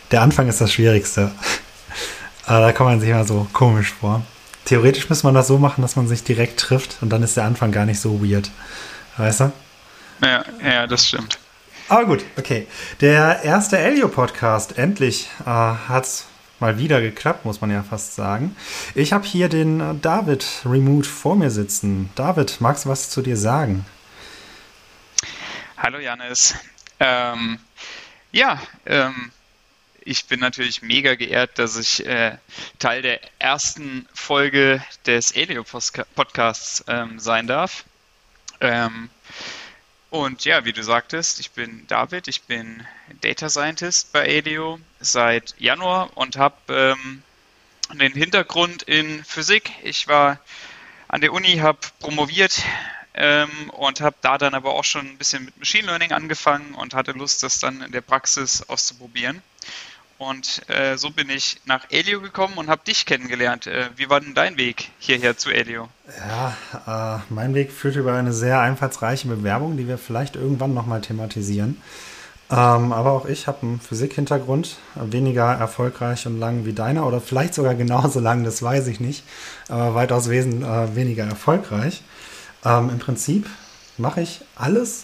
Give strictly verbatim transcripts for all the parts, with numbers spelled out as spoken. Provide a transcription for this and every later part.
Der Anfang ist das Schwierigste. Aber da kommt man sich immer so komisch vor. Theoretisch müsste man das so machen, dass man sich direkt trifft und dann ist der Anfang gar nicht so weird. Weißt du? Ja, ja, das stimmt. Aber gut, okay. Der erste Elio-Podcast, endlich äh, hat es mal wieder geklappt, muss man ja fast sagen. Ich habe hier den äh, David remote vor mir sitzen. David, magst du was zu dir sagen? Hallo Jannis. Ähm, ja, ähm, ich bin natürlich mega geehrt, dass ich äh, Teil der ersten Folge des Elio-Podcasts ähm, sein darf. Ähm, Und ja, wie du sagtest, ich bin David, ich bin Data Scientist bei Elio seit Januar und habe ähm, den Hintergrund in Physik. Ich war an der Uni, habe promoviert ähm, und habe da dann aber auch schon ein bisschen mit Machine Learning angefangen und hatte Lust, das dann in der Praxis auszuprobieren. Und äh, so bin ich nach Elio gekommen und habe dich kennengelernt. Äh, wie war denn dein Weg hierher zu Elio? Ja, äh, mein Weg führt über eine sehr einfallsreiche Bewerbung, die wir vielleicht irgendwann nochmal thematisieren. Ähm, aber auch ich habe einen Physik-Hintergrund, weniger erfolgreich und lang wie deiner oder vielleicht sogar genauso lang, das weiß ich nicht, aber weitaus wesen, äh, weniger erfolgreich. Ähm, Im Prinzip mache ich alles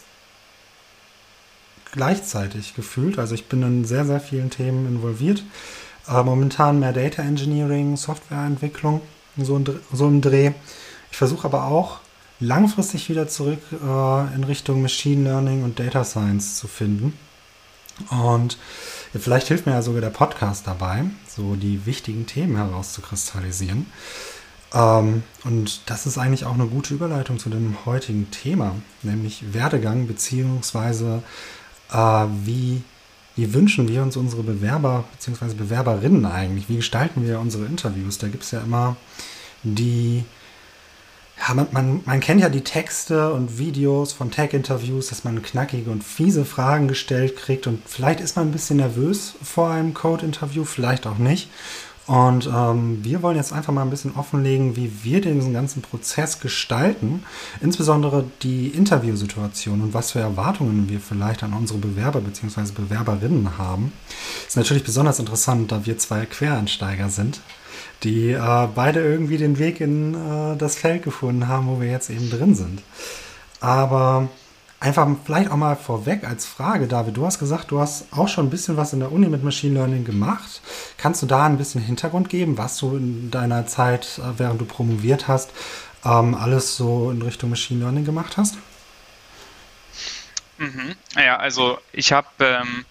gleichzeitig gefühlt. Also ich bin in sehr, sehr vielen Themen involviert. Äh, momentan mehr Data Engineering, Softwareentwicklung, so ein, so ein Dreh. Ich versuche aber auch langfristig wieder zurück äh, in Richtung Machine Learning und Data Science zu finden. Und ja, vielleicht hilft mir ja sogar der Podcast dabei, so die wichtigen Themen herauszukristallisieren. Ähm, und das ist eigentlich auch eine gute Überleitung zu dem heutigen Thema, nämlich Werdegang beziehungsweise Uh, wie, wie wünschen wir uns unsere Bewerber bzw. Bewerberinnen eigentlich? Wie gestalten wir unsere Interviews? Da gibt es ja immer die, ja, man, man, man kennt ja die Texte und Videos von Tech-Interviews, dass man knackige und fiese Fragen gestellt kriegt und vielleicht ist man ein bisschen nervös vor einem Code-Interview, vielleicht auch nicht. Und ähm, wir wollen jetzt einfach mal ein bisschen offenlegen, wie wir diesen ganzen Prozess gestalten, insbesondere die Interviewsituation und was für Erwartungen wir vielleicht an unsere Bewerber bzw. Bewerberinnen haben. Ist natürlich besonders interessant, da wir zwei Quereinsteiger sind, die äh, beide irgendwie den Weg in äh, das Feld gefunden haben, wo wir jetzt eben drin sind. Aber einfach vielleicht auch mal vorweg als Frage, David, du hast gesagt, du hast auch schon ein bisschen was in der Uni mit Machine Learning gemacht. Kannst du da ein bisschen Hintergrund geben, was du in deiner Zeit, während du promoviert hast, ähm, alles so in Richtung Machine Learning gemacht hast? Mhm. Ja, also ich habe, ähm,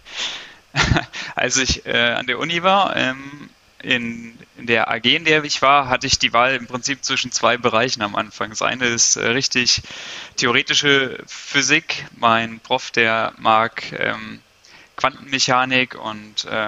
als ich äh, an der Uni war, ähm, in, in der A G, in der ich war, hatte ich die Wahl im Prinzip zwischen zwei Bereichen am Anfang. Das eine ist äh, richtig theoretische Physik. Mein Prof, der mag ähm, Quantenmechanik und ähm,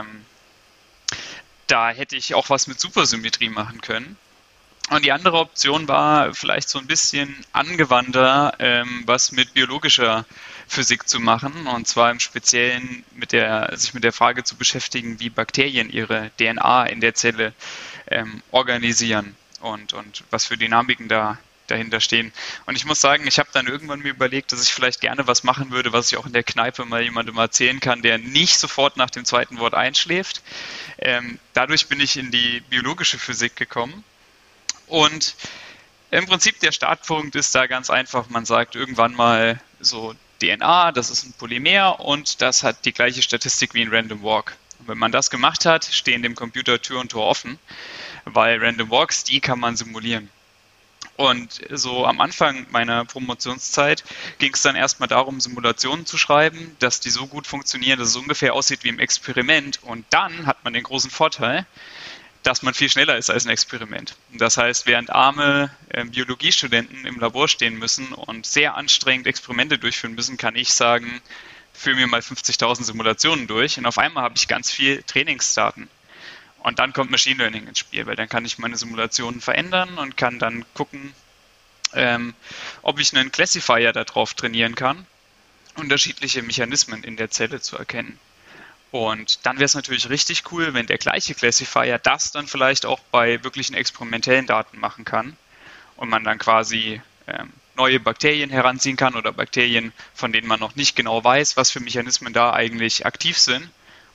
da hätte ich auch was mit Supersymmetrie machen können. Und die andere Option war vielleicht so ein bisschen angewandter, ähm, was mit biologischer Physik zu machen, und zwar im Speziellen mit der, sich mit der Frage zu beschäftigen, wie Bakterien ihre D N A in der Zelle ähm, organisieren und, und was für Dynamiken da dahinter stehen. Und ich muss sagen, ich habe dann irgendwann mir überlegt, dass ich vielleicht gerne was machen würde, was ich auch in der Kneipe mal jemandem erzählen kann, der nicht sofort nach dem zweiten Wort einschläft. Ähm, dadurch bin ich in die biologische Physik gekommen. Und im Prinzip der Startpunkt ist da ganz einfach. Man sagt irgendwann mal so D N A, das ist ein Polymer und das hat die gleiche Statistik wie ein Random Walk. Und wenn man das gemacht hat, stehen dem Computer Tür und Tor offen, weil Random Walks, die kann man simulieren. Und so am Anfang meiner Promotionszeit ging es dann erstmal darum, Simulationen zu schreiben, dass die so gut funktionieren, dass es ungefähr aussieht wie im Experiment. Und dann hat man den großen Vorteil, dass man viel schneller ist als ein Experiment. Das heißt, während arme äh, Biologiestudenten im Labor stehen müssen und sehr anstrengend Experimente durchführen müssen, kann ich sagen, führe mir mal fünfzigtausend Simulationen durch und auf einmal habe ich ganz viel Trainingsdaten. Und dann kommt Machine Learning ins Spiel, weil dann kann ich meine Simulationen verändern und kann dann gucken, ähm, ob ich einen Classifier darauf trainieren kann, unterschiedliche Mechanismen in der Zelle zu erkennen. Und dann wäre es natürlich richtig cool, wenn der gleiche Classifier das dann vielleicht auch bei wirklichen experimentellen Daten machen kann und man dann quasi ähm, neue Bakterien heranziehen kann oder Bakterien, von denen man noch nicht genau weiß, was für Mechanismen da eigentlich aktiv sind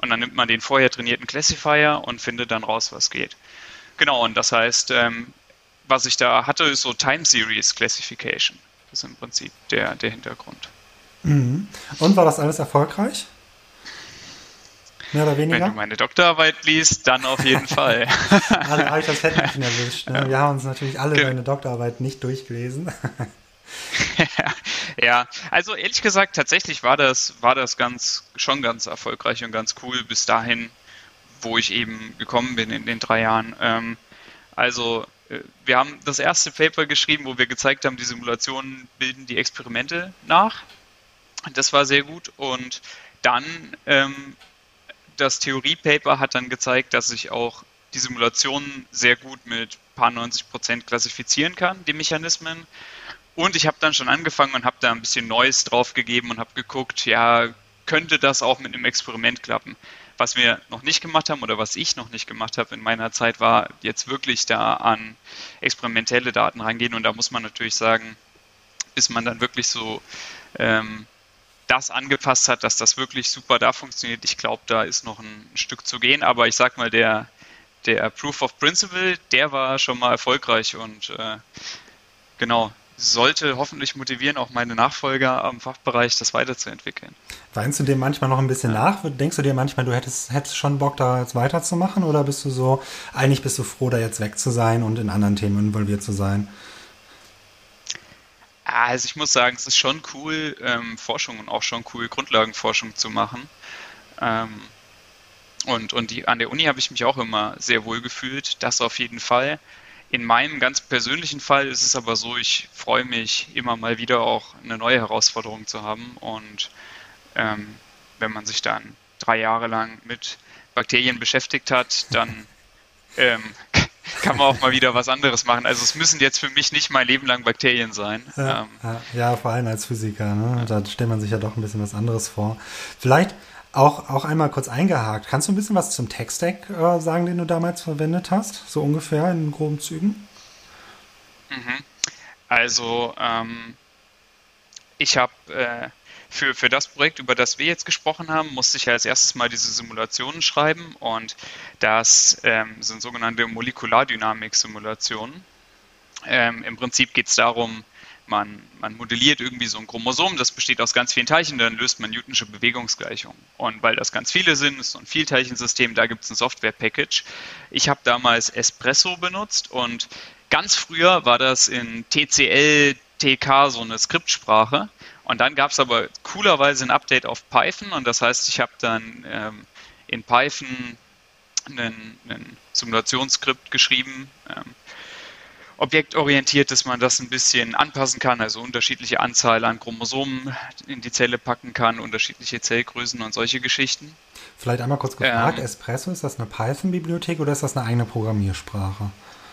Und dann nimmt man den vorher trainierten Classifier und findet dann raus, was geht. Genau, und das heißt, ähm, was ich da hatte, ist so Time Series Classification. Das ist im Prinzip der, der Hintergrund. Mhm. Und war das alles erfolgreich? Mehr oder weniger? Wenn du meine Doktorarbeit liest, dann auf jeden Fall. Also habe ich das Fettnäpfchen erwischt. Ne? Wir haben uns natürlich alle deine Doktorarbeit nicht durchgelesen. Ja, also ehrlich gesagt, tatsächlich war das, war das ganz, schon ganz erfolgreich und ganz cool bis dahin, wo ich eben gekommen bin in den drei Jahren. Ähm, also äh, wir haben das erste Paper geschrieben, wo wir gezeigt haben, die Simulationen bilden die Experimente nach. Das war sehr gut. Und dann ähm, das Theoriepaper hat dann gezeigt, dass ich auch die Simulationen sehr gut mit paar neunzig Prozent klassifizieren kann, die Mechanismen. Und ich habe dann schon angefangen und habe da ein bisschen Neues drauf gegeben und habe geguckt, ja, könnte das auch mit einem Experiment klappen? Was wir noch nicht gemacht haben oder was ich noch nicht gemacht habe in meiner Zeit, war jetzt wirklich da an experimentelle Daten rangehen. Und da muss man natürlich sagen, bis man dann wirklich so ähm, das angepasst hat, dass das wirklich super da funktioniert. Ich glaube, da ist noch ein Stück zu gehen. Aber ich sag mal, der, der Proof of Principle, der war schon mal erfolgreich und äh, genau, sollte hoffentlich motivieren, auch meine Nachfolger am Fachbereich das weiterzuentwickeln. Weinst du dir manchmal noch ein bisschen nach? Denkst du dir manchmal, du hättest, hättest schon Bock, da jetzt weiterzumachen? Oder bist du so, eigentlich bist du froh, da jetzt weg zu sein und in anderen Themen involviert zu sein? Also ich muss sagen, es ist schon cool, ähm, Forschung und auch schon cool, Grundlagenforschung zu machen. Ähm, und und die, an der Uni habe ich mich auch immer sehr wohl gefühlt, das auf jeden Fall. In meinem ganz persönlichen Fall ist es aber so, ich freue mich immer mal wieder auch eine neue Herausforderung zu haben. Und ähm, wenn man sich dann drei Jahre lang mit Bakterien beschäftigt hat, dann ähm, kann man auch mal wieder was anderes machen. Also es müssen jetzt für mich nicht mein Leben lang Bakterien sein. Ja, Ähm, ja, vor allem als Physiker, ne? Da stellt man sich ja doch ein bisschen was anderes vor. Vielleicht auch, auch einmal kurz eingehakt. Kannst du ein bisschen was zum Tech-Stack äh, sagen, den du damals verwendet hast? So ungefähr in groben Zügen? mhm. Also ähm, ich habe äh, für, für das Projekt, über das wir jetzt gesprochen haben, musste ich ja als erstes mal diese Simulationen schreiben und das ähm, sind sogenannte Molekulardynamik-Simulationen. Ähm, im Prinzip geht es darum, man, man modelliert irgendwie so ein Chromosom, das besteht aus ganz vielen Teilchen, dann löst man Newtonsche Bewegungsgleichungen. Und weil das ganz viele sind, ist so ein Vielteilchensystem, da gibt es ein Software-Package. Ich habe damals Espresso benutzt und ganz früher war das in T C L, T K so eine Skriptsprache. Und dann gab es aber coolerweise ein Update auf Python und das heißt, ich habe dann ähm, in Python einen, einen Simulationsskript geschrieben, ähm, objektorientiert, dass man das ein bisschen anpassen kann, also unterschiedliche Anzahl an Chromosomen in die Zelle packen kann, unterschiedliche Zellgrößen und solche Geschichten. Vielleicht einmal kurz gefragt, Ähm, Espresso, ist das eine Python-Bibliothek oder ist das eine eigene Programmiersprache?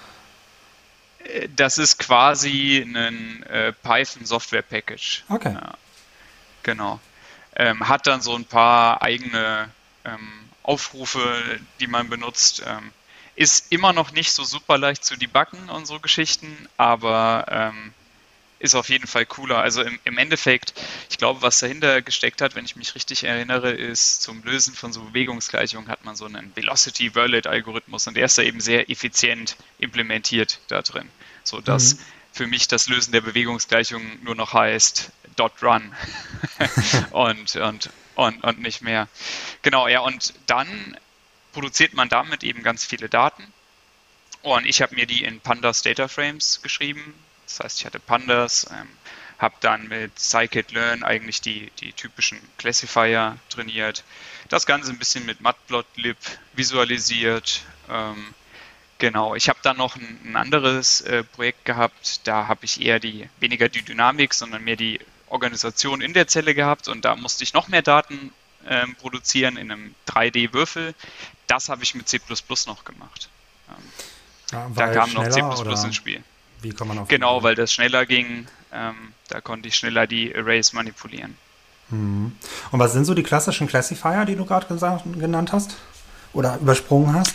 Das ist quasi ein äh, Python-Software-Package. Okay. Ja, genau. Ähm, hat dann so ein paar eigene ähm, Aufrufe, die man benutzt. Ähm, ist immer noch nicht so super leicht zu debuggen und so Geschichten, aber ähm, ist auf jeden Fall cooler. Also im, im Endeffekt, ich glaube, was dahinter gesteckt hat, wenn ich mich richtig erinnere, ist, zum Lösen von so Bewegungsgleichungen hat man so einen Velocity-Verlet-Algorithmus und der ist da eben sehr effizient implementiert da drin, sodass Mhm. für mich das Lösen der Bewegungsgleichung nur noch heißt dot run und, und, und, und nicht mehr. Genau, ja, und dann produziert man damit eben ganz viele Daten und ich habe mir die in Pandas Data Frames geschrieben. Das heißt, ich hatte Pandas, ähm, habe dann mit Scikit-Learn eigentlich die, die typischen Classifier trainiert. Das Ganze ein bisschen mit Matplotlib visualisiert. Ähm, genau, ich habe dann noch ein, ein anderes äh, Projekt gehabt. Da habe ich eher die, weniger die Dynamik, sondern mehr die Organisation in der Zelle gehabt. Und da musste ich noch mehr Daten ähm, produzieren in einem drei D-Würfel. Das habe ich mit C plus plus noch gemacht. Ähm, Ja, da weil kam noch C schneller plus plus oder ins Spiel. wie kommt man auf die Genau, Idee? weil das schneller ging. Ähm, da konnte ich schneller die Arrays manipulieren. Mhm. Und was sind so die klassischen Classifier, die du gerade gesa- genannt hast? Oder übersprungen hast?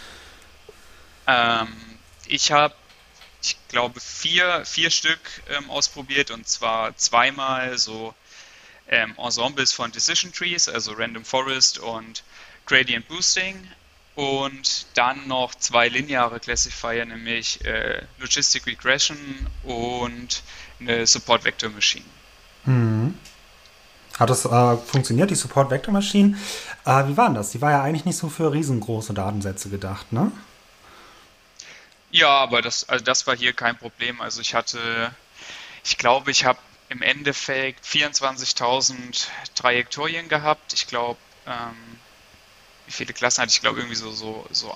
Ähm, ich habe, ich glaube, vier, vier Stück ähm, ausprobiert und zwar zweimal so ähm, Ensembles von Decision Trees, also Random Forest und Gradient Boosting und dann noch zwei lineare Classifier, nämlich äh, Logistic Regression und eine Support Vector Machine. Mhm. Hat das äh, funktioniert, die Support Vector Machine? Äh, wie war denn das? Die war ja eigentlich nicht so für riesengroße Datensätze gedacht, ne? Ja, aber das, also das war hier kein Problem. Also ich hatte, ich glaube, ich habe im Endeffekt vierundzwanzigtausend Trajektorien gehabt. Ich glaube, ähm, wie viele Klassen hatte ich? Ich glaube, irgendwie so, so, so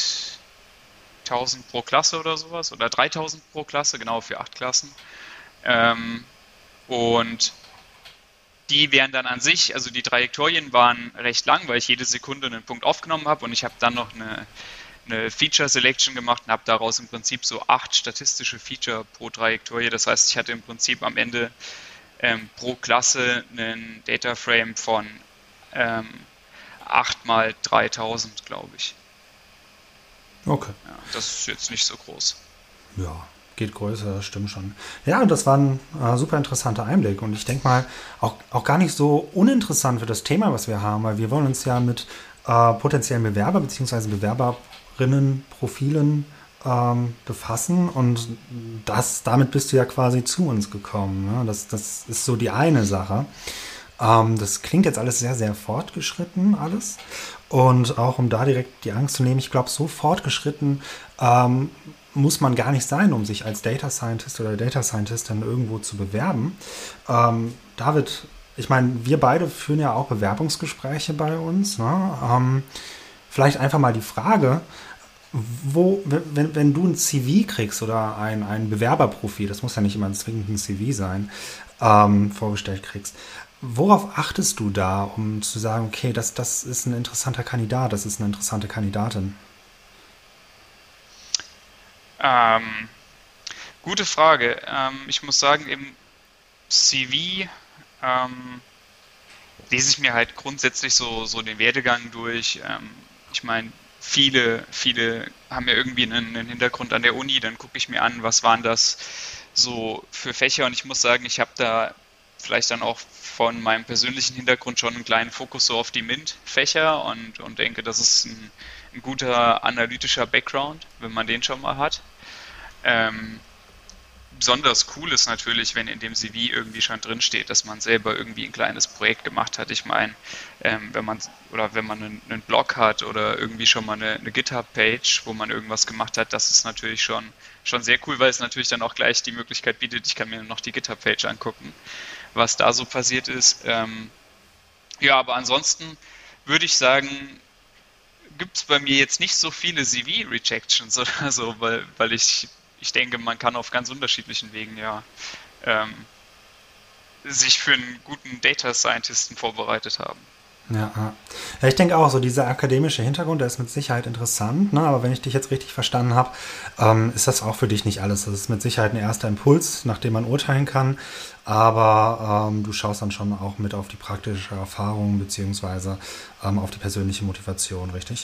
achttausend pro Klasse oder sowas. Oder dreitausend pro Klasse, genau, für acht Klassen. Ähm, und die wären dann an sich, also die Trajektorien waren recht lang, weil ich jede Sekunde einen Punkt aufgenommen habe und ich habe dann noch eine, eine Feature Selection gemacht und habe daraus im Prinzip so acht statistische Feature pro Trajektorie. Das heißt, ich hatte im Prinzip am Ende ähm, pro Klasse einen Data Frame von ähm, acht mal dreitausend, glaube ich. Okay. Ja, das ist jetzt nicht so groß. Ja, geht größer, das stimmt schon. Ja, und das war ein äh, super interessanter Einblick. Und ich denke mal, auch, auch gar nicht so uninteressant für das Thema, was wir haben, weil wir wollen uns ja mit äh, potenziellen Bewerber bzw. Bewerberinnenprofilen ähm, befassen. Und das, damit bist du ja quasi zu uns gekommen. Ne? Das, das ist so die eine Sache. Ähm, das klingt jetzt alles sehr, sehr fortgeschritten, alles. Und auch um da direkt die Angst zu nehmen, ich glaube, so fortgeschritten ähm, muss man gar nicht sein, um sich als Data Scientist oder Data Scientist dann irgendwo zu bewerben. Ähm, David, ich meine, wir beide führen ja auch Bewerbungsgespräche bei uns. Ne? Ähm, vielleicht einfach mal die Frage, wo, wenn, wenn du ein C V kriegst oder ein, ein Bewerberprofil, das muss ja nicht immer zwingend ein C V sein, ähm, vorgestellt kriegst, worauf achtest du da, um zu sagen, okay, das, das ist ein interessanter Kandidat, das ist eine interessante Kandidatin? Ähm, Gute Frage. Ähm, ich muss sagen, im C V ähm, lese ich mir halt grundsätzlich so, so den Werdegang durch. Ähm, ich meine, viele, viele haben ja irgendwie einen, einen Hintergrund an der Uni, dann gucke ich mir an, was waren das so für Fächer und ich muss sagen, ich habe da vielleicht dann auch von meinem persönlichen Hintergrund schon einen kleinen Fokus so auf die MINT-Fächer und, und denke, das ist ein, ein guter analytischer Background, wenn man den schon mal hat. Ähm, Besonders cool ist natürlich, wenn in dem C V irgendwie schon drin steht, dass man selber irgendwie ein kleines Projekt gemacht hat. Ich meine, ähm, wenn man oder wenn man einen, einen Blog hat oder irgendwie schon mal eine, eine GitHub-Page, wo man irgendwas gemacht hat, das ist natürlich schon, schon sehr cool, weil es natürlich dann auch gleich die Möglichkeit bietet, ich kann mir noch die GitHub-Page angucken, was da so passiert ist. Ähm, ja, aber ansonsten würde ich sagen, gibt es bei mir jetzt nicht so viele C V-Rejections oder so, weil, weil ich, ich denke, man kann auf ganz unterschiedlichen Wegen ja ähm, sich für einen guten Data Scientisten vorbereitet haben. Ja, ja. Ja, ich denke auch, so dieser akademische Hintergrund, der ist mit Sicherheit interessant, ne? Aber wenn ich dich jetzt richtig verstanden habe, ähm, ist das auch für dich nicht alles. Das ist mit Sicherheit ein erster Impuls, nach dem man urteilen kann. Aber ähm, du schaust dann schon auch mit auf die praktische Erfahrung beziehungsweise ähm, auf die persönliche Motivation, richtig?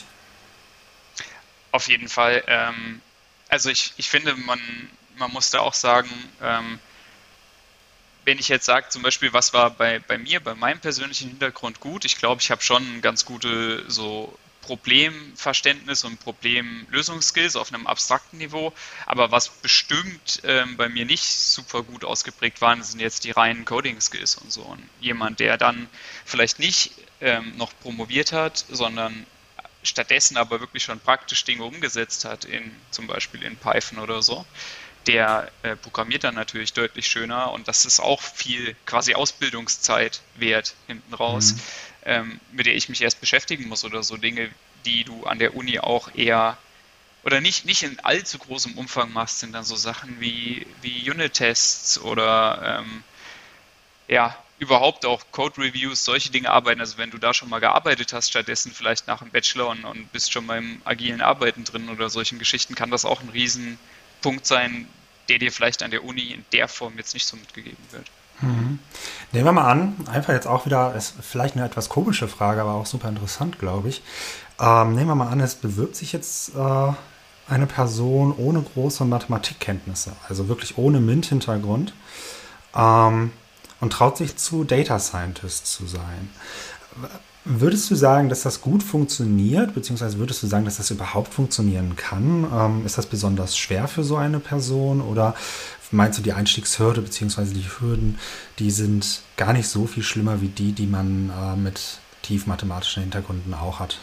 Auf jeden Fall. Ähm, also ich, ich finde, man, man muss da auch sagen, ähm, wenn ich jetzt sage, zum Beispiel, was war bei, bei mir, bei meinem persönlichen Hintergrund gut, ich glaube, ich habe schon ein ganz gute so Problemverständnis und Problemlösungsskills auf einem abstrakten Niveau, aber was bestimmt ähm, bei mir nicht super gut ausgeprägt waren, sind jetzt die reinen Coding-Skills und so. Und jemand, der dann vielleicht nicht ähm, noch promoviert hat, sondern stattdessen aber wirklich schon praktisch Dinge umgesetzt hat, in zum Beispiel in Python oder so, der äh, programmiert dann natürlich deutlich schöner und das ist auch viel quasi Ausbildungszeit wert hinten raus, Mhm. ähm, mit der ich mich erst beschäftigen muss oder so Dinge, die du an der Uni auch eher oder nicht, nicht in allzu großem Umfang machst, sind dann so Sachen wie, wie Unit-Tests oder ähm, ja, überhaupt auch Code-Reviews, solche Dinge arbeiten. Also wenn du da schon mal gearbeitet hast, stattdessen vielleicht nach dem Bachelor und, und bist schon mal im agilen Arbeiten drin oder solchen Geschichten, kann das auch ein Riesenpunkt sein, der dir vielleicht an der Uni in der Form jetzt nicht so mitgegeben wird. Mhm. Nehmen wir mal an, einfach jetzt auch wieder, ist vielleicht eine etwas komische Frage, aber auch super interessant, glaube ich. Ähm, nehmen wir mal an, es bewirbt sich jetzt äh, eine Person ohne große Mathematikkenntnisse, also wirklich ohne MINT-Hintergrund, ähm, und traut sich zu, Data Scientist zu sein. Würdest du sagen, dass das gut funktioniert, beziehungsweise würdest du sagen, dass das überhaupt funktionieren kann? Ähm, ist das besonders schwer für so eine Person oder meinst du, die Einstiegshürde beziehungsweise die Hürden, die sind gar nicht so viel schlimmer wie die, die man äh, mit tief mathematischen Hintergründen auch hat?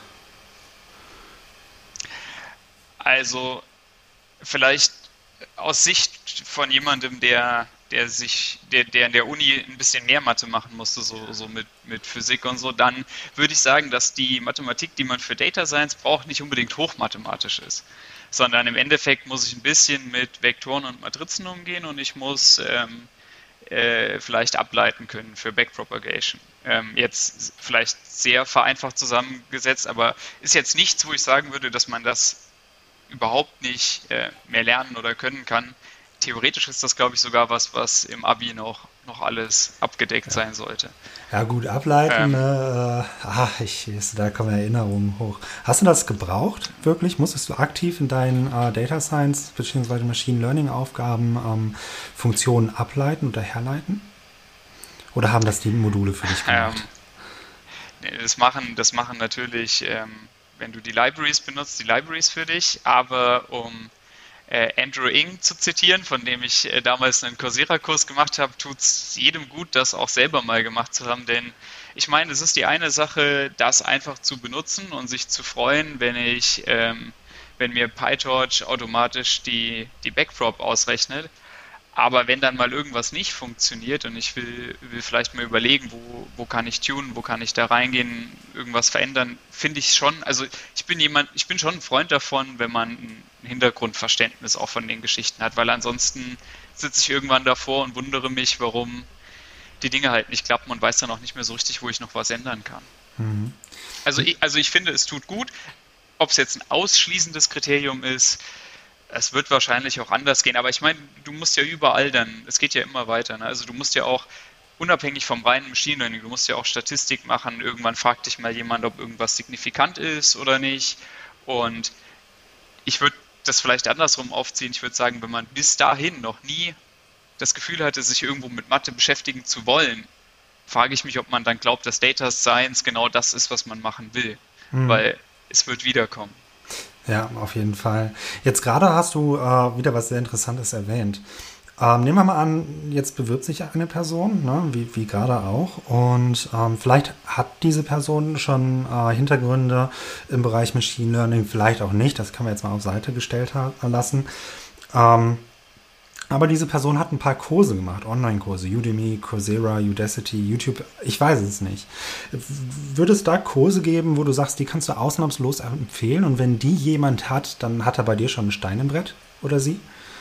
Also vielleicht aus Sicht von jemandem, der, der sich, der, der in der Uni ein bisschen mehr Mathe machen musste, so, so mit, mit Physik und so, dann würde ich sagen, dass die Mathematik, die man für Data Science braucht, nicht unbedingt hochmathematisch ist. Sondern im Endeffekt muss ich ein bisschen mit Vektoren und Matrizen umgehen und ich muss ähm, äh, vielleicht ableiten können für Backpropagation. Ähm, jetzt vielleicht sehr vereinfacht zusammengesetzt, aber ist jetzt nichts, wo ich sagen würde, dass man das überhaupt nicht äh, mehr lernen oder können kann. Theoretisch ist das, glaube ich, sogar was, was im Abi noch, noch alles abgedeckt Ja. sein sollte. Ja, gut, ableiten, Ähm, ne, äh, ah, ich, ist, da kommen Erinnerungen hoch. Hast du das gebraucht, wirklich? Musstest du aktiv in deinen äh, Data Science bzw. Machine Learning Aufgaben ähm, Funktionen ableiten oder herleiten? Oder haben das die Module für dich ähm, gemacht? nee, das machen, das machen natürlich, ähm, wenn du die Libraries benutzt, die Libraries für dich, aber um äh, Andrew Ng zu zitieren, von dem ich äh, damals einen Coursera-Kurs gemacht habe, tut es jedem gut, das auch selber mal gemacht zu haben, denn ich meine, es ist die eine Sache, das einfach zu benutzen und sich zu freuen, wenn ich, ähm, wenn mir PyTorch automatisch die, die Backprop ausrechnet. Aber wenn dann mal irgendwas nicht funktioniert und ich will, will vielleicht mal überlegen, wo, wo kann ich tunen, wo kann ich da reingehen, irgendwas verändern, finde ich schon, also ich bin jemand, ich bin schon ein Freund davon, wenn man ein Hintergrundverständnis auch von den Geschichten hat, weil ansonsten sitze ich irgendwann davor und wundere mich, warum die Dinge halt nicht klappen und weiß dann auch nicht mehr so richtig, wo ich noch was ändern kann. Mhm. Also ich, also ich finde, es tut gut. Ob es jetzt ein ausschließendes Kriterium ist, es wird wahrscheinlich auch anders gehen, aber ich meine, du musst ja überall dann, es geht ja immer weiter, ne? Also du musst ja auch, unabhängig vom reinen Machine Learning, du musst ja auch Statistik machen. Irgendwann fragt dich mal jemand, ob irgendwas signifikant ist oder nicht. Und ich würde das vielleicht andersrum aufziehen. Ich würde sagen, wenn man bis dahin noch nie das Gefühl hatte, sich irgendwo mit Mathe beschäftigen zu wollen, frage ich mich, ob man dann glaubt, dass Data Science genau das ist, was man machen will. Mhm. Weil es wird wiederkommen. Ja, auf jeden Fall. Jetzt gerade hast du äh, wieder was sehr Interessantes erwähnt. Ähm, nehmen wir mal an, jetzt bewirbt sich eine Person, ne, wie, wie gerade auch, und ähm, vielleicht hat diese Person schon äh, Hintergründe im Bereich Machine Learning, vielleicht auch nicht, das kann man jetzt mal auf Seite gestellt ha- lassen. Ähm, aber diese Person hat ein paar Kurse gemacht, Online-Kurse, Udemy, Coursera, Udacity, YouTube, ich weiß es nicht. Würde es da Kurse geben, wo du sagst, die kannst du ausnahmslos empfehlen und wenn die jemand hat, dann hat er bei dir schon einen Stein im Brett oder sie?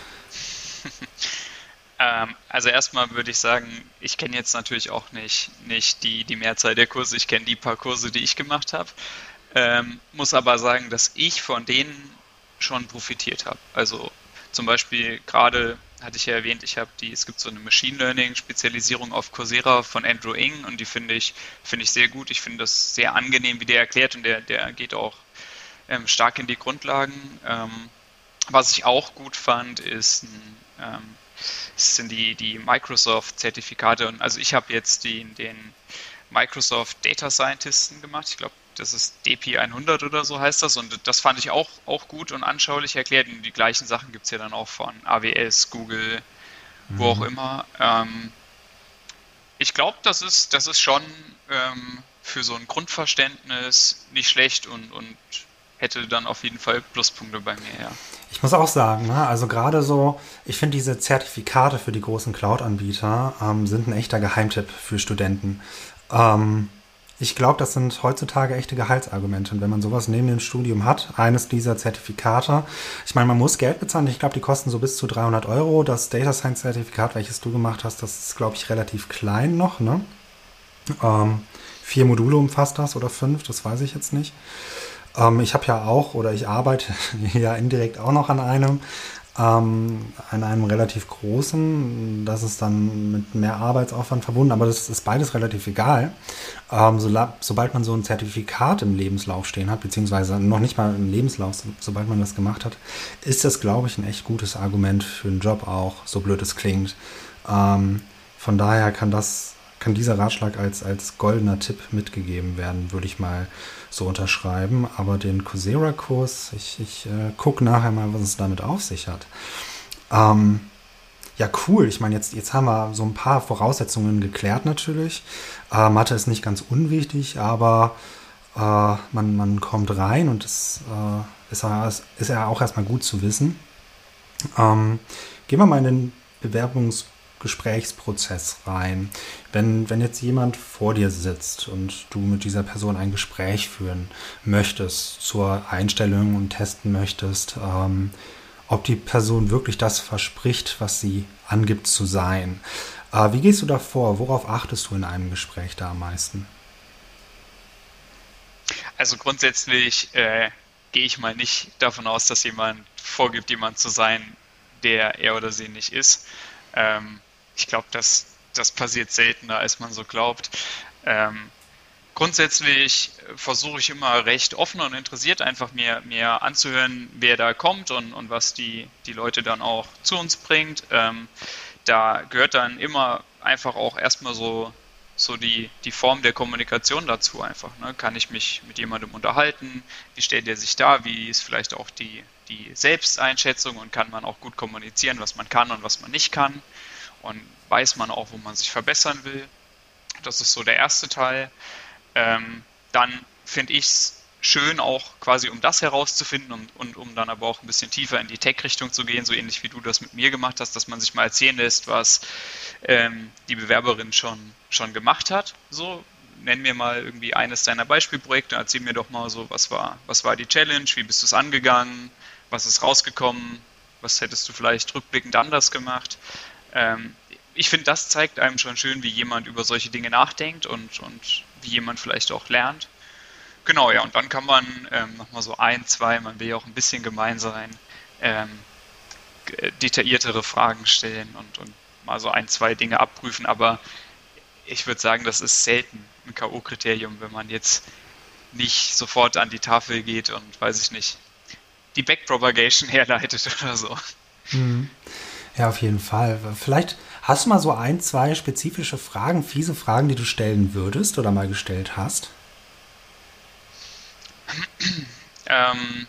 Ähm, also erstmal würde ich sagen, ich kenne jetzt natürlich auch nicht, nicht die, die Mehrzahl der Kurse. Ich kenne die paar Kurse, die ich gemacht habe. Ähm, muss aber sagen, dass ich von denen schon profitiert habe. Also zum Beispiel gerade hatte ich ja erwähnt, ich habe die, es gibt so eine Machine Learning Spezialisierung auf Coursera von Andrew Ng und die finde ich, finde ich sehr gut. Ich finde das sehr angenehm, wie der erklärt und der, der geht auch ähm, stark in die Grundlagen. Ähm, was ich auch gut fand, ist ein, ähm, sind die, die Microsoft-Zertifikate. Und also ich habe jetzt die, den Microsoft Data Scientisten gemacht. Ich glaube, das ist D P hundert oder so heißt das. Und das fand ich auch, auch gut und anschaulich erklärt. Und die gleichen Sachen gibt es ja dann auch von A W S, Google, wo auch Mhm. immer. Ähm, ich glaube, das ist, das ist schon ähm, für so ein Grundverständnis nicht schlecht und, und hätte dann auf jeden Fall Pluspunkte bei mir, ja. Ich muss auch sagen, ne, also gerade so, ich finde diese Zertifikate für die großen Cloud-Anbieter ähm, sind ein echter Geheimtipp für Studenten. Ähm, ich glaube, das sind heutzutage echte Gehaltsargumente. Und wenn man sowas neben dem Studium hat, eines dieser Zertifikate, ich meine, man muss Geld bezahlen. Ich glaube, die kosten so bis zu dreihundert Euro. Das Data Science Zertifikat, welches du gemacht hast, das ist, glaube ich, relativ klein noch. Ne? Ähm, vier Module umfasst das oder fünf, das weiß ich jetzt nicht. Ähm, ich habe ja auch, oder ich arbeite ja indirekt auch noch an einem, ähm, an einem relativ großen. Das ist dann mit mehr Arbeitsaufwand verbunden, aber das ist beides relativ egal. Ähm, so, sobald man so ein Zertifikat im Lebenslauf stehen hat, beziehungsweise noch nicht mal im Lebenslauf, so, sobald man das gemacht hat, ist das, glaube ich, ein echt gutes Argument für einen Job auch, so blöd es klingt. Ähm, von daher kann das kann dieser Ratschlag als, als goldener Tipp mitgegeben werden, würde ich mal so unterschreiben. Aber den Coursera-Kurs, ich, ich äh, gucke nachher mal, was es damit auf sich hat. Ähm, ja, cool. Ich meine, jetzt, jetzt haben wir so ein paar Voraussetzungen geklärt natürlich. Äh, Mathe ist nicht ganz unwichtig, aber äh, man, man kommt rein und das äh, ist, ja, ist ja auch erstmal gut zu wissen. Ähm, gehen wir mal in den Bewerbungsgesprächsprozess rein. Wenn, wenn jetzt jemand vor dir sitzt und du mit dieser Person ein Gespräch führen möchtest, zur Einstellung und testen möchtest, ähm, ob die Person wirklich das verspricht, was sie angibt zu sein. Äh, wie gehst du da vor? Worauf achtest du in einem Gespräch da am meisten? Also grundsätzlich äh, gehe ich mal nicht davon aus, dass jemand vorgibt, jemand zu sein, der er oder sie nicht ist. Ähm, ich glaube, das, das passiert seltener, als man so glaubt. Ähm, Grundsätzlich versuche ich immer recht offen und interessiert einfach mir, mir anzuhören, wer da kommt und, und was die, die Leute dann auch zu uns bringt. Ähm, da gehört dann immer einfach auch erstmal so, so die, die Form der Kommunikation dazu einfach. Ne? Kann ich mich mit jemandem unterhalten? Wie stellt er sich dar? Wie ist vielleicht auch die, die Selbsteinschätzung und kann man auch gut kommunizieren, was man kann und was man nicht kann? Und weiß man auch, wo man sich verbessern will? Das ist so der erste Teil. Ähm, dann finde ich es schön, auch quasi um das herauszufinden und, und um dann aber auch ein bisschen tiefer in die Tech-Richtung zu gehen, so ähnlich wie du das mit mir gemacht hast, dass man sich mal erzählen lässt, was ähm, die Bewerberin schon, schon gemacht hat. So, nenn mir mal irgendwie eines deiner Beispielprojekte, erzähl mir doch mal so, was war, was war die Challenge, wie bist du es angegangen, was ist rausgekommen, was hättest du vielleicht rückblickend anders gemacht. Ähm, ich finde, das zeigt einem schon schön, wie jemand über solche Dinge nachdenkt und, und wie jemand vielleicht auch lernt. Genau, ja, und dann kann man ähm, nochmal so ein, zwei, man will ja auch ein bisschen gemein sein, ähm, detailliertere Fragen stellen und, und mal so ein, zwei Dinge abprüfen, aber ich würde sagen, das ist selten ein K O-Kriterium, wenn man jetzt nicht sofort an die Tafel geht und, weiß ich nicht, die Backpropagation herleitet oder so. Mhm. Ja, auf jeden Fall. Vielleicht hast du mal so ein, zwei spezifische Fragen, fiese Fragen, die du stellen würdest oder mal gestellt hast? Ähm,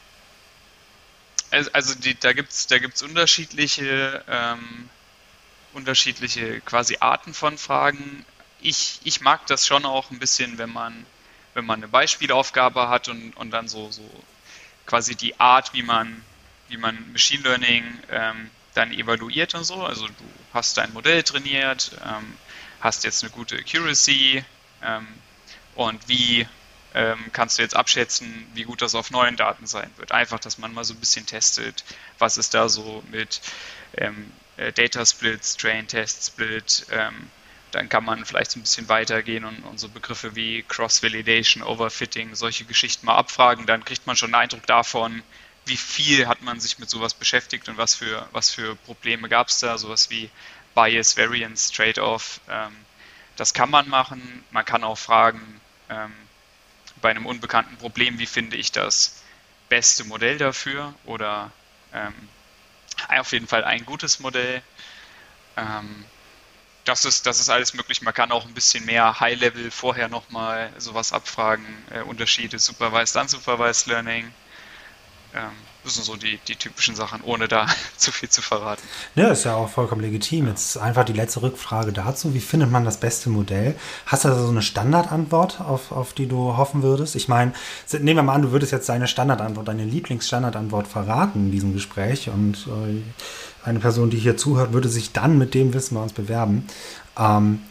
also also die, da gibt's da gibt's unterschiedliche ähm, unterschiedliche quasi Arten von Fragen. Ich, ich mag das schon auch ein bisschen, wenn man wenn man eine Beispielaufgabe hat und, und dann so so quasi die Art, wie man wie man Machine Learning ähm, dann evaluiert und so. Also du hast dein Modell trainiert, ähm, hast jetzt eine gute Accuracy ähm, und wie ähm, kannst du jetzt abschätzen, wie gut das auf neuen Daten sein wird. Einfach, dass man mal so ein bisschen testet, was ist da so mit ähm, äh, Data Split, Train Test Split. Ähm, dann kann man vielleicht so ein bisschen weitergehen und, und so Begriffe wie Cross-Validation, Overfitting, solche Geschichten mal abfragen. Dann kriegt man schon einen Eindruck davon, wie viel hat man sich mit sowas beschäftigt und was für, was für Probleme gab es da, sowas wie Bias, Variance, Trade-off. Ähm, das kann man machen. Man kann auch fragen, ähm, bei einem unbekannten Problem, wie finde ich das beste Modell dafür oder ähm, auf jeden Fall ein gutes Modell. Ähm, das ist, das ist alles möglich. Man kann auch ein bisschen mehr High-Level vorher nochmal sowas abfragen, äh, Unterschiede, Supervised, Unsupervised Learning. Ähm, das sind so die, die typischen Sachen, ohne da zu viel zu verraten. Ja, ist ja auch vollkommen legitim. Ja. Jetzt einfach die letzte Rückfrage dazu. Wie findet man das beste Modell? Hast du da so eine Standardantwort, auf, auf die du hoffen würdest? Ich meine, nehmen wir mal an, du würdest jetzt deine Standardantwort, deine Lieblingsstandardantwort verraten in diesem Gespräch und äh, eine Person, die hier zuhört, würde sich dann mit dem Wissen bei uns bewerben. Ähm,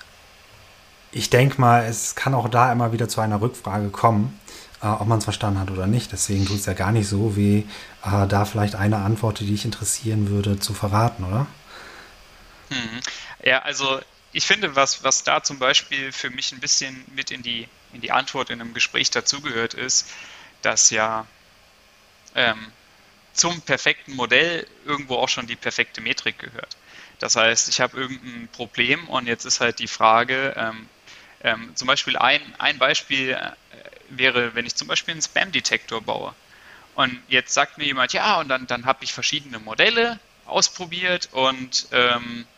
ich denke mal, es kann auch da immer wieder zu einer Rückfrage kommen, äh, ob man es verstanden hat oder nicht. Deswegen tut es ja gar nicht so weh, äh, da vielleicht eine Antwort, die dich interessieren würde, zu verraten, oder? Mhm. Ja, also ich finde, was, was da zum Beispiel für mich ein bisschen mit in die, in die Antwort in einem Gespräch dazugehört, ist, dass ja ähm, zum perfekten Modell irgendwo auch schon die perfekte Metrik gehört. Das heißt, ich habe irgendein Problem und jetzt ist halt die Frage, ähm, ähm, zum Beispiel ein, ein Beispiel äh, wäre, wenn ich zum Beispiel einen Spam-Detektor baue. Und jetzt sagt mir jemand, ja, und dann, dann habe ich verschiedene Modelle ausprobiert und ähm,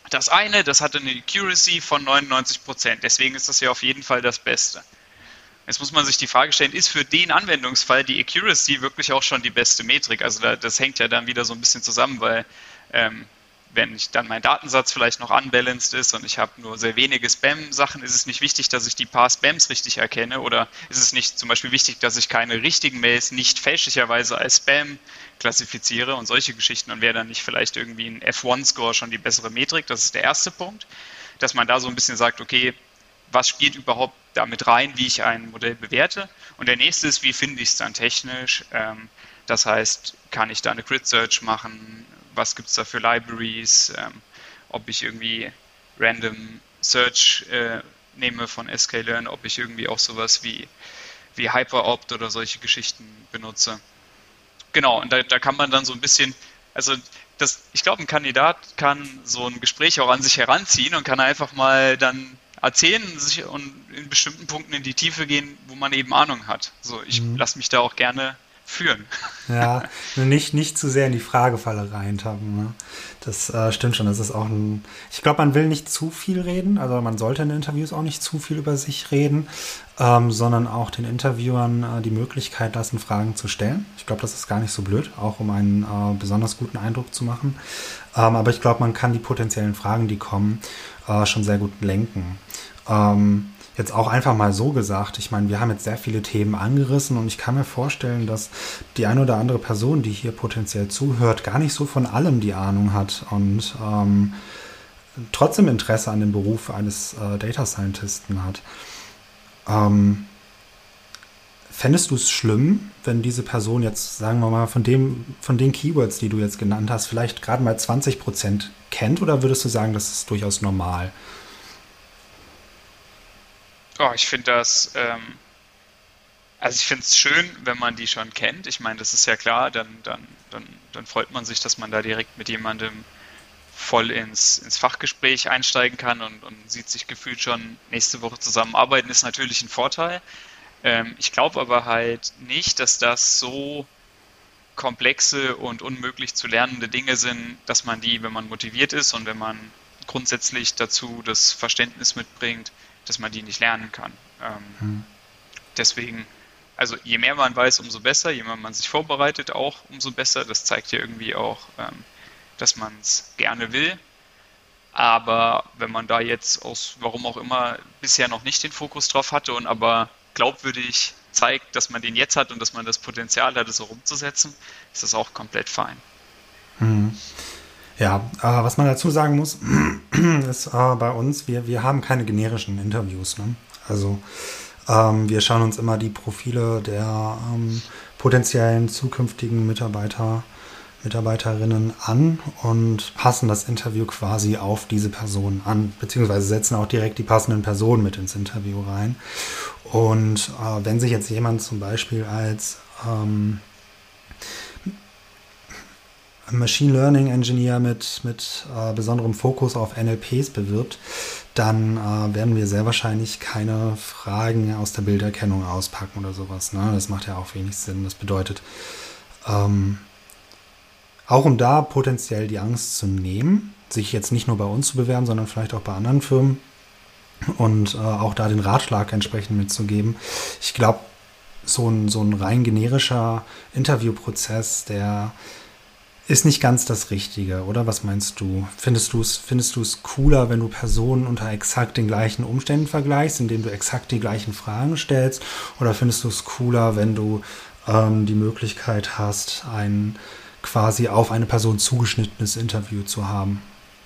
Das eine, das hatte eine Accuracy von neunundneunzig Prozent, deswegen ist das ja auf jeden Fall das Beste. Jetzt muss man sich die Frage stellen, ist für den Anwendungsfall die Accuracy wirklich auch schon die beste Metrik? Also da, das hängt ja dann wieder so ein bisschen zusammen, weil ähm, wenn ich dann mein Datensatz vielleicht noch unbalanced ist und ich habe nur sehr wenige Spam-Sachen, ist es nicht wichtig, dass ich die paar Spams richtig erkenne, oder ist es nicht zum Beispiel wichtig, dass ich keine richtigen Mails nicht fälschlicherweise als Spam klassifiziere und solche Geschichten, und wäre dann nicht vielleicht irgendwie ein F eins Score schon die bessere Metrik? Das ist der erste Punkt, dass man da so ein bisschen sagt, okay, was spielt überhaupt damit rein, wie ich ein Modell bewerte? Und der nächste ist, wie finde ich es dann technisch? Ähm, das heißt, kann ich da eine Grid Search machen? Was gibt es da für Libraries? Ähm, ob ich irgendwie Random Search äh, nehme von sklearn, ob ich irgendwie auch sowas wie, wie Hyperopt oder solche Geschichten benutze. Genau, und da, da kann man dann so ein bisschen, also das, ich glaube, ein Kandidat kann so ein Gespräch auch an sich heranziehen und kann einfach mal dann erzählen sich und in bestimmten Punkten in die Tiefe gehen, wo man eben Ahnung hat. So, ich Mhm. lasse mich da auch gerne führen. Ja, nur nicht, nicht zu sehr in die Fragefalle reintappen. Ne? Das äh, stimmt schon. Das ist auch ein. Ich glaube, man will nicht zu viel reden. Also man sollte in Interviews auch nicht zu viel über sich reden, ähm, sondern auch den Interviewern äh, die Möglichkeit lassen, Fragen zu stellen. Ich glaube, das ist gar nicht so blöd, auch um einen äh, besonders guten Eindruck zu machen. Ähm, aber ich glaube, man kann die potenziellen Fragen, die kommen, äh, schon sehr gut lenken. Ähm, Jetzt auch einfach mal so gesagt, ich meine, wir haben jetzt sehr viele Themen angerissen und ich kann mir vorstellen, dass die eine oder andere Person, die hier potenziell zuhört, gar nicht so von allem die Ahnung hat und ähm, trotzdem Interesse an dem Beruf eines äh, Data Scientisten hat. Ähm, Fändest du es schlimm, wenn diese Person jetzt, sagen wir mal, von dem, von den Keywords, die du jetzt genannt hast, vielleicht gerade mal zwanzig Prozent kennt, oder würdest du sagen, das ist durchaus normal? Oh, ich finde das, ähm, also ich finde es schön, wenn man die schon kennt. Ich meine, das ist ja klar, dann, dann, dann, dann freut man sich, dass man da direkt mit jemandem voll ins, ins Fachgespräch einsteigen kann und, und sieht sich gefühlt schon nächste Woche zusammenarbeiten, ist natürlich ein Vorteil. Ähm, ich glaube aber halt nicht, dass das so komplexe und unmöglich zu lernende Dinge sind, dass man die, wenn man motiviert ist und wenn man grundsätzlich dazu das Verständnis mitbringt, dass man die nicht lernen kann. Ähm, Hm. deswegen, also je mehr man weiß, umso besser, je mehr man sich vorbereitet, auch umso besser. Das zeigt ja irgendwie auch, ähm, dass man es gerne will. Aber wenn man da jetzt aus warum auch immer bisher noch nicht den Fokus drauf hatte und aber glaubwürdig zeigt, dass man den jetzt hat und dass man das Potenzial hat, es auch umzusetzen, ist das auch komplett fein. Hm. Ja, äh, was man dazu sagen muss, ist äh, bei uns, wir, wir haben keine generischen Interviews. Ne? Also ähm, wir schauen uns immer die Profile der ähm, potenziellen zukünftigen Mitarbeiter, Mitarbeiterinnen an und passen das Interview quasi auf diese Person an, beziehungsweise setzen auch direkt die passenden Personen mit ins Interview rein. Und äh, wenn sich jetzt jemand zum Beispiel als ähm, Machine Learning Engineer mit, mit äh, besonderem Fokus auf N L Ps bewirbt, dann äh, werden wir sehr wahrscheinlich keine Fragen aus der Bilderkennung auspacken oder sowas. Ne? Das macht ja auch wenig Sinn. Das bedeutet, ähm, auch um da potenziell die Angst zu nehmen, sich jetzt nicht nur bei uns zu bewerben, sondern vielleicht auch bei anderen Firmen und äh, auch da den Ratschlag entsprechend mitzugeben. Ich glaube, so ein, so ein rein generischer Interviewprozess, der ist nicht ganz das Richtige, oder? Was meinst du? Findest du es findest du es cooler, wenn du Personen unter exakt den gleichen Umständen vergleichst, indem du exakt die gleichen Fragen stellst? Oder findest du es cooler, wenn du ähm, die Möglichkeit hast, ein quasi auf eine Person zugeschnittenes Interview zu haben?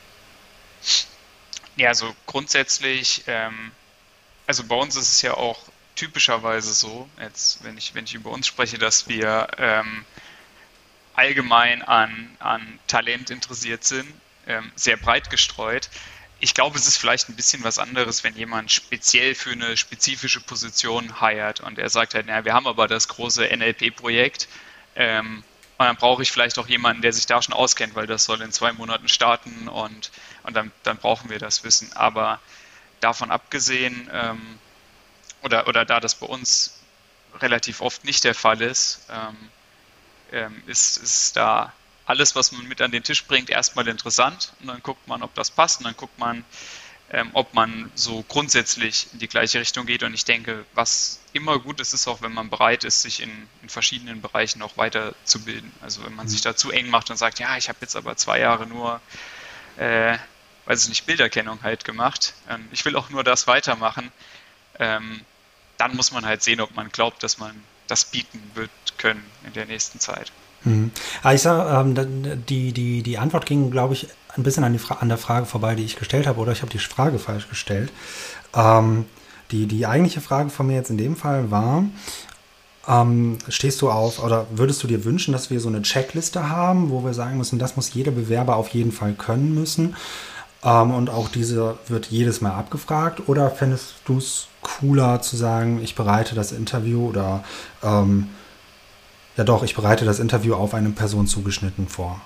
Ja, also grundsätzlich, ähm, also bei uns ist es ja auch typischerweise so, jetzt wenn ich, wenn ich über uns spreche, dass wir ähm, allgemein an, an Talent interessiert sind, ähm, sehr breit gestreut. Ich glaube, es ist vielleicht ein bisschen was anderes, wenn jemand speziell für eine spezifische Position hired und er sagt halt, naja, wir haben aber das große N L P-Projekt, ähm, und dann brauche ich vielleicht auch jemanden, der sich da schon auskennt, weil das soll in zwei Monaten starten und, und dann, dann brauchen wir das Wissen. Aber davon abgesehen, ähm, oder, oder da das bei uns relativ oft nicht der Fall ist, ähm, ähm, ist, ist da alles, was man mit an den Tisch bringt, erstmal interessant und dann guckt man, ob das passt und dann guckt man, ähm, ob man so grundsätzlich in die gleiche Richtung geht. Und ich denke, was immer gut ist, ist auch, wenn man bereit ist, sich in, in verschiedenen Bereichen auch weiterzubilden. Also wenn man sich da zu eng macht und sagt, ja, ich habe jetzt aber zwei Jahre nur, äh, weiß ich nicht, Bilderkennung halt gemacht. Ähm, ich will auch nur das weitermachen. Ähm, dann muss man halt sehen, ob man glaubt, dass man das bieten wird können in der nächsten Zeit. Mhm. Aber ich sag, ähm, die, die, die Antwort ging, glaube ich, ein bisschen an, die Fra- an der Frage vorbei, die ich gestellt habe, oder ich habe die Frage falsch gestellt. Ähm, die, die eigentliche Frage von mir jetzt in dem Fall war, ähm, stehst du auf oder würdest du dir wünschen, dass wir so eine Checkliste haben, wo wir sagen müssen, das muss jeder Bewerber auf jeden Fall können müssen, ähm, und auch diese wird jedes Mal abgefragt, oder fändest du es cooler zu sagen, ich bereite das Interview oder ähm, ja doch, ich bereite das Interview auf eine Person zugeschnitten vor?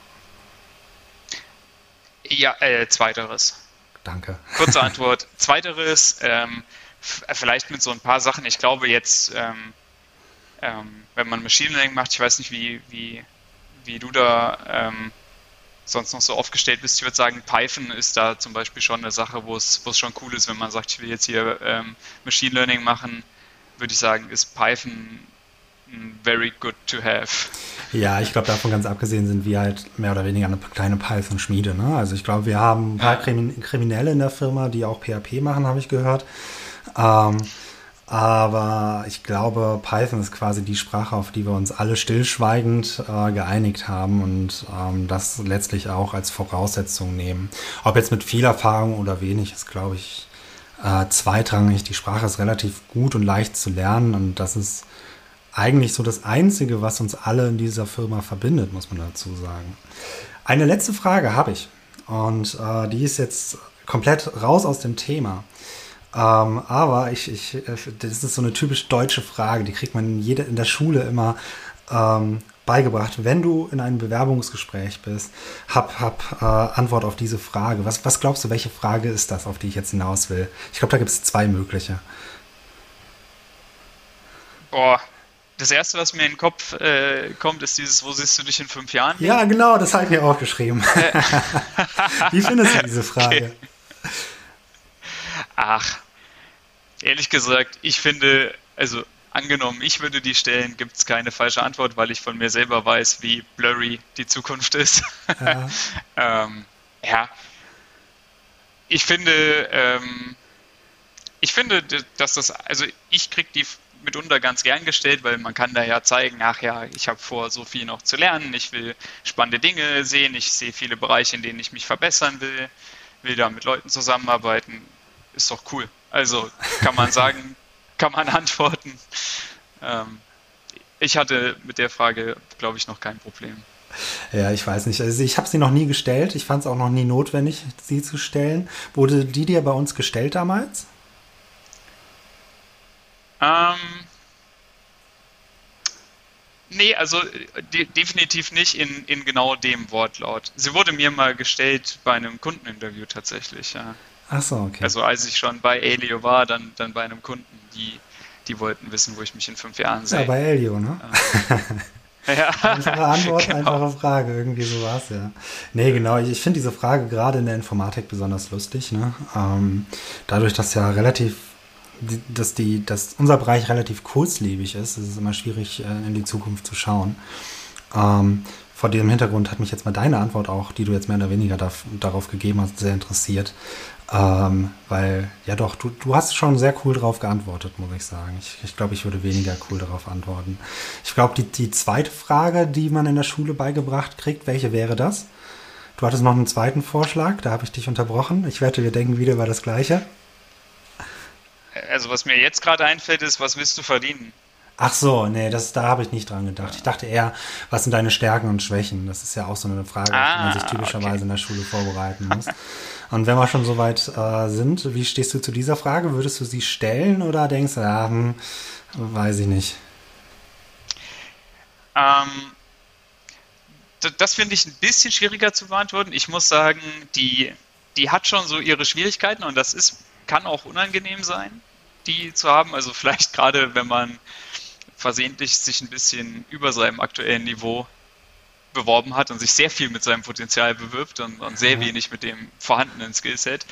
Ja, äh, zweiteres. Danke. Kurze Antwort. Zweiteres, ähm, f- vielleicht mit so ein paar Sachen. Ich glaube jetzt, ähm, ähm, wenn man Machine Learning macht, ich weiß nicht, wie, wie, wie du da ähm, sonst noch so aufgestellt bist. Ich würde sagen, Python ist da zum Beispiel schon eine Sache, wo es, wo es schon cool ist, wenn man sagt, ich will jetzt hier ähm, Machine Learning machen, würde ich sagen, ist Python mm, very good to have. Ja, ich glaube, davon ganz abgesehen sind wir halt mehr oder weniger eine kleine Python-Schmiede. Ne? Also ich glaube, wir haben ein paar Ja, Krimin Kriminelle in der Firma, die auch P H P machen, habe ich gehört. Ähm, aber ich glaube, Python ist quasi die Sprache, auf die wir uns alle stillschweigend äh, geeinigt haben und ähm, das letztlich auch als Voraussetzung nehmen. Ob jetzt mit viel Erfahrung oder wenig, ist, glaube ich, äh, zweitrangig. Die Sprache ist relativ gut und leicht zu lernen und das ist eigentlich so das Einzige, was uns alle in dieser Firma verbindet, muss man dazu sagen. Eine letzte Frage habe ich und äh, die ist jetzt komplett raus aus dem Thema. Ähm, aber ich, ich, äh, das ist so eine typisch deutsche Frage, die kriegt man in, jeder, in der Schule immer ähm, beigebracht. Wenn du in einem Bewerbungsgespräch bist, hab, hab äh, Antwort auf diese Frage. Was, was glaubst du, welche Frage ist das, auf die ich jetzt hinaus will? Ich glaube, da gibt es zwei mögliche. boah. Das erste, was mir in den Kopf äh, kommt, ist dieses, wo siehst du dich in fünf Jahren hin? Ja, genau, das habe ich mir auch geschrieben. Äh, Wie findest du diese okay. Frage? Ach, ehrlich gesagt, ich finde, also angenommen, ich würde die stellen, gibt es keine falsche Antwort, weil ich von mir selber weiß, wie blurry die Zukunft ist. Ja, ähm, ja, ich finde, ähm, ich finde, d- dass das, also ich kriege die f- mitunter ganz gern gestellt, weil man kann da ja zeigen, ach ja, ich habe vor, so viel noch zu lernen, ich will spannende Dinge sehen, ich sehe viele Bereiche, in denen ich mich verbessern will, will da mit Leuten zusammenarbeiten, ist doch cool. Also kann man sagen, kann man antworten. Ähm, ich hatte mit der Frage, glaube ich, noch kein Problem. ja, ich weiß nicht. Also ich habe sie noch nie gestellt. Ich fand es auch noch nie notwendig, sie zu stellen. Wurde die dir bei uns gestellt damals? Ähm, Nee, also äh, de definitiv nicht in, in genau dem Wortlaut. Sie wurde mir mal gestellt bei einem Kundeninterview tatsächlich, ja. Ach so, okay. Also als ich schon bei Alio war, dann, dann bei einem Kunden, die, die wollten wissen, wo ich mich in fünf Jahren Ja, sehe. bei Elio, ne? Äh, ja, Einfache Antwort, genau. einfache Frage. Irgendwie so war es ja. Nee, genau. Ich, ich finde diese Frage gerade in der Informatik besonders lustig. Ne? Ähm, dadurch, dass ja relativ, die- dass, die, dass unser Bereich relativ kurzlebig ist, ist es immer schwierig, äh, in die Zukunft zu schauen. Ähm, vor dem Hintergrund hat mich jetzt mal deine Antwort auch, die du jetzt mehr oder weniger darf, darauf gegeben hast, sehr interessiert. Ähm, weil, ja doch, du, du hast schon sehr cool drauf geantwortet, muss ich sagen. Ich, ich glaube, ich würde weniger cool darauf antworten. Ich glaube, die, die zweite Frage, die man in der Schule beigebracht kriegt, welche wäre das? Du hattest noch einen zweiten Vorschlag, da habe ich dich unterbrochen. Ich wette, wir denken wieder über das Gleiche. Also was mir jetzt gerade einfällt, ist, was willst du verdienen? Ach so, nee, das, da habe ich nicht dran gedacht. Ich dachte eher, was sind deine Stärken und Schwächen? Das ist ja auch so eine Frage, auf die man sich Ah, okay. typischerweise in der Schule vorbereiten muss. Und wenn wir schon so weit äh, sind, wie stehst du zu dieser Frage? Würdest du sie stellen oder denkst du, ja, hm, weiß ich nicht. Ähm, d- Das finde ich ein bisschen schwieriger zu beantworten. Ich muss sagen, die, die hat schon so ihre Schwierigkeiten und das ist, kann auch unangenehm sein, die zu haben. Also vielleicht gerade, wenn man versehentlich sich ein bisschen über seinem aktuellen Niveau beworben hat und sich sehr viel mit seinem Potenzial bewirbt und, und sehr Ja. wenig mit dem vorhandenen Skillset.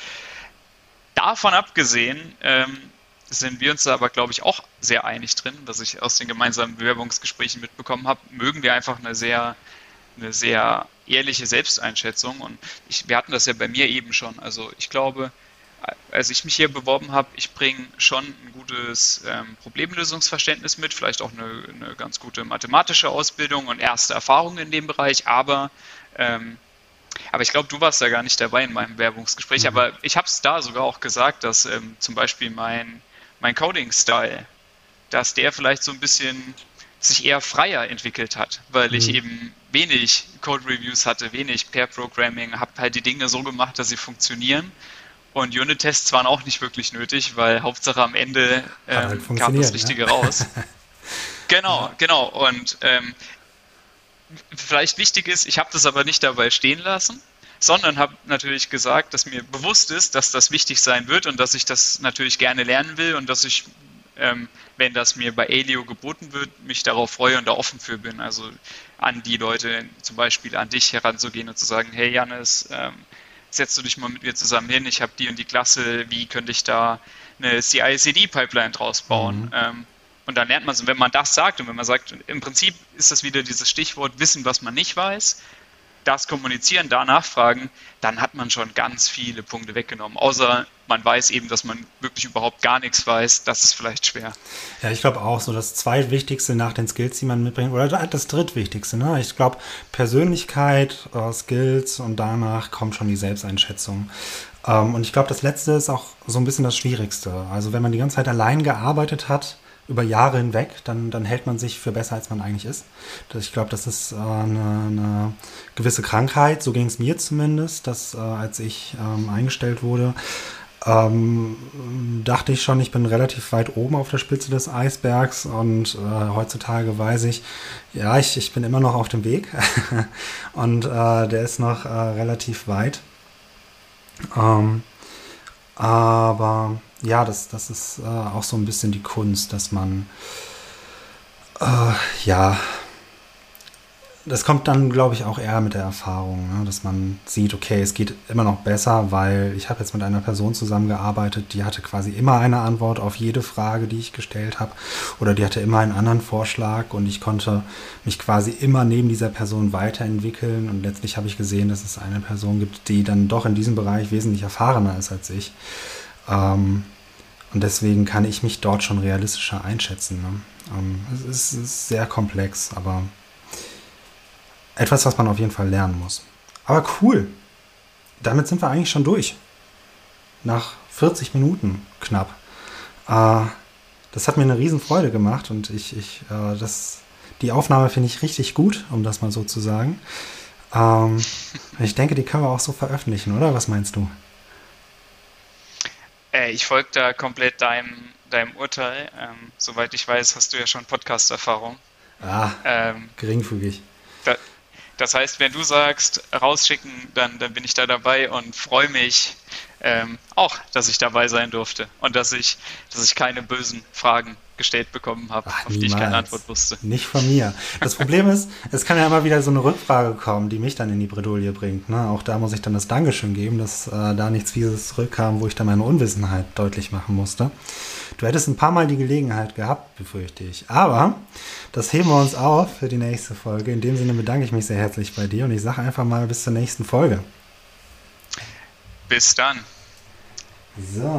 Davon abgesehen ähm, sind wir uns da aber, glaube ich, auch sehr einig drin, was ich aus den gemeinsamen Bewerbungsgesprächen mitbekommen habe, mögen wir einfach eine sehr, eine sehr ehrliche Selbsteinschätzung. Und ich, wir hatten das ja bei mir eben schon. Also ich glaube, als ich mich hier beworben habe, ich bringe schon ein gutes ähm, Problemlösungsverständnis mit, vielleicht auch eine, eine ganz gute mathematische Ausbildung und erste Erfahrungen in dem Bereich, aber ähm, aber ich glaube, du warst ja gar nicht dabei in meinem Werbungsgespräch, Mhm. aber ich habe es da sogar auch gesagt, dass ähm, zum Beispiel mein, mein Coding-Style, dass der vielleicht so ein bisschen sich eher freier entwickelt hat, weil ich Mhm. eben wenig Code-Reviews hatte, wenig Pair-Programming, habe halt die Dinge so gemacht, dass sie funktionieren. Und Unit-Tests waren auch nicht wirklich nötig, weil Hauptsache am Ende Hat halt ähm, kam das funktioniert, ne? Richtige raus. Genau, Ja. genau. Und ähm, vielleicht wichtig ist, ich habe das aber nicht dabei stehen lassen, sondern habe natürlich gesagt, dass mir bewusst ist, dass das wichtig sein wird und dass ich das natürlich gerne lernen will und dass ich, ähm, wenn das mir bei Alio geboten wird, mich darauf freue und da offen für bin. Also an die Leute, zum Beispiel an dich heranzugehen und zu sagen, hey Jannis, ähm, setzt du dich mal mit mir zusammen hin, ich habe die und die Klasse, wie könnte ich da eine C I/C D-Pipeline draus bauen? Mhm. Ähm, und dann lernt man es. Und wenn man das sagt und wenn man sagt, im Prinzip ist das wieder dieses Stichwort Wissen, was man nicht weiß, das kommunizieren, da nachfragen, dann hat man schon ganz viele Punkte weggenommen. Außer man weiß eben, dass man wirklich überhaupt gar nichts weiß, das ist vielleicht schwer. Ja, ich glaube auch so das zweitwichtigste nach den Skills, die man mitbringt, oder das drittwichtigste. Ne? Ich glaube Persönlichkeit, äh, Skills und danach kommt schon die Selbsteinschätzung. Ähm, und ich glaube, das letzte ist auch so ein bisschen das Schwierigste. Also wenn man die ganze Zeit allein gearbeitet hat, über Jahre hinweg, dann, dann hält man sich für besser, als man eigentlich ist. Das, ich glaube, das ist äh, eine, eine gewisse Krankheit, so ging es mir zumindest, dass äh, als ich ähm, eingestellt wurde, ähm, dachte ich schon, ich bin relativ weit oben auf der Spitze des Eisbergs und äh, heutzutage weiß ich, ja, ich, ich bin immer noch auf dem Weg und äh, der ist noch äh, relativ weit. Ähm, aber ja, das, das ist äh, auch so ein bisschen die Kunst, dass man, äh, ja, das kommt dann, glaube ich, auch eher mit der Erfahrung, ne? Dass man sieht, okay, es geht immer noch besser, weil ich habe jetzt mit einer Person zusammengearbeitet, die hatte quasi immer eine Antwort auf jede Frage, die ich gestellt habe, oder die hatte immer einen anderen Vorschlag und ich konnte mich quasi immer neben dieser Person weiterentwickeln und letztlich habe ich gesehen, dass es eine Person gibt, die dann doch in diesem Bereich wesentlich erfahrener ist als ich. Ähm, und deswegen kann ich mich dort schon realistischer einschätzen. Ne? Ähm, es, ist, es ist sehr komplex, aber etwas, was man auf jeden Fall lernen muss. Aber cool. Damit sind wir eigentlich schon durch. Nach vierzig Minuten knapp. Äh, das hat mir eine Riesenfreude gemacht und ich, ich, äh, das, die Aufnahme finde ich richtig gut, um das mal so zu sagen. Ähm, ich denke, die können wir auch so veröffentlichen, oder? Was meinst du? Äh, ich folge da komplett deinem, deinem Urteil. Ähm, soweit ich weiß, hast du ja schon Podcast-Erfahrung. Ah, Ähm, geringfügig. da, Das heißt, wenn du sagst, rausschicken, dann, dann bin ich da dabei und freue mich ähm, auch, dass ich dabei sein durfte und dass ich, dass ich keine bösen Fragen gestellt bekommen habe, Ach, auf die ich keine Antwort niemals. wusste. Nicht von mir. Das Problem ist, es kann ja immer wieder so eine Rückfrage kommen, die mich dann in die Bredouille bringt. Ne? Auch da muss ich dann das Dankeschön geben, dass äh, da nichts Fieses zurückkam, wo ich dann meine Unwissenheit deutlich machen musste. Du hättest ein paar Mal die Gelegenheit gehabt, befürchte ich. Aber das heben wir uns auf für die nächste Folge. In dem Sinne bedanke ich mich sehr herzlich bei dir und ich sage einfach mal bis zur nächsten Folge. Bis dann. So.